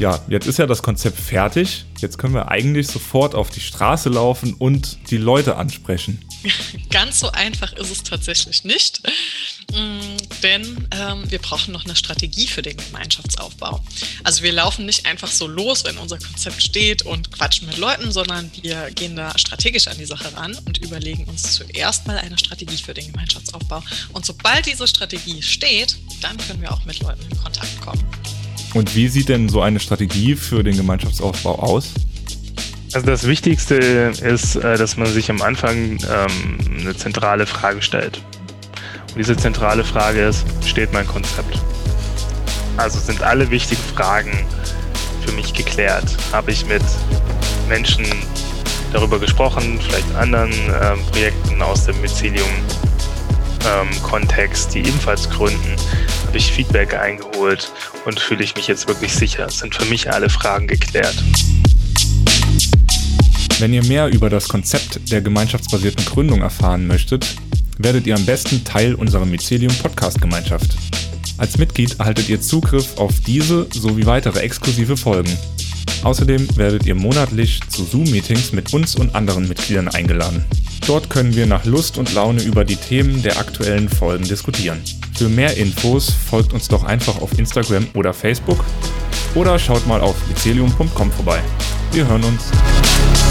Ja, jetzt ist ja das Konzept fertig. Jetzt können wir eigentlich sofort auf die Straße laufen und die Leute ansprechen. Ganz so einfach ist es tatsächlich nicht, denn wir brauchen noch eine Strategie für den Gemeinschaftsaufbau. Also wir laufen nicht einfach so los, wenn unser Konzept steht und quatschen mit Leuten, sondern wir gehen da strategisch an die Sache ran und überlegen uns zuerst mal eine Strategie für den Gemeinschaftsaufbau. Und sobald diese Strategie steht, dann können wir auch mit Leuten in Kontakt kommen. Und wie sieht denn so eine Strategie für den Gemeinschaftsaufbau aus? Also das Wichtigste ist, dass man sich am Anfang eine zentrale Frage stellt. Und diese zentrale Frage ist, steht mein Konzept? Also sind alle wichtigen Fragen für mich geklärt? Habe ich mit Menschen darüber gesprochen, vielleicht anderen Projekten aus dem Mycelium-Kontext, die ebenfalls gründen? Habe ich Feedback eingeholt und fühle ich mich jetzt wirklich sicher? Sind für mich alle Fragen geklärt? Wenn ihr mehr über das Konzept der gemeinschaftsbasierten Gründung erfahren möchtet, werdet ihr am besten Teil unserer Mycelium-Podcast-Gemeinschaft. Als Mitglied erhaltet ihr Zugriff auf diese sowie weitere exklusive Folgen. Außerdem werdet ihr monatlich zu Zoom-Meetings mit uns und anderen Mitgliedern eingeladen. Dort können wir nach Lust und Laune über die Themen der aktuellen Folgen diskutieren. Für mehr Infos folgt uns doch einfach auf Instagram oder Facebook oder schaut mal auf mycelium.com vorbei. Wir hören uns.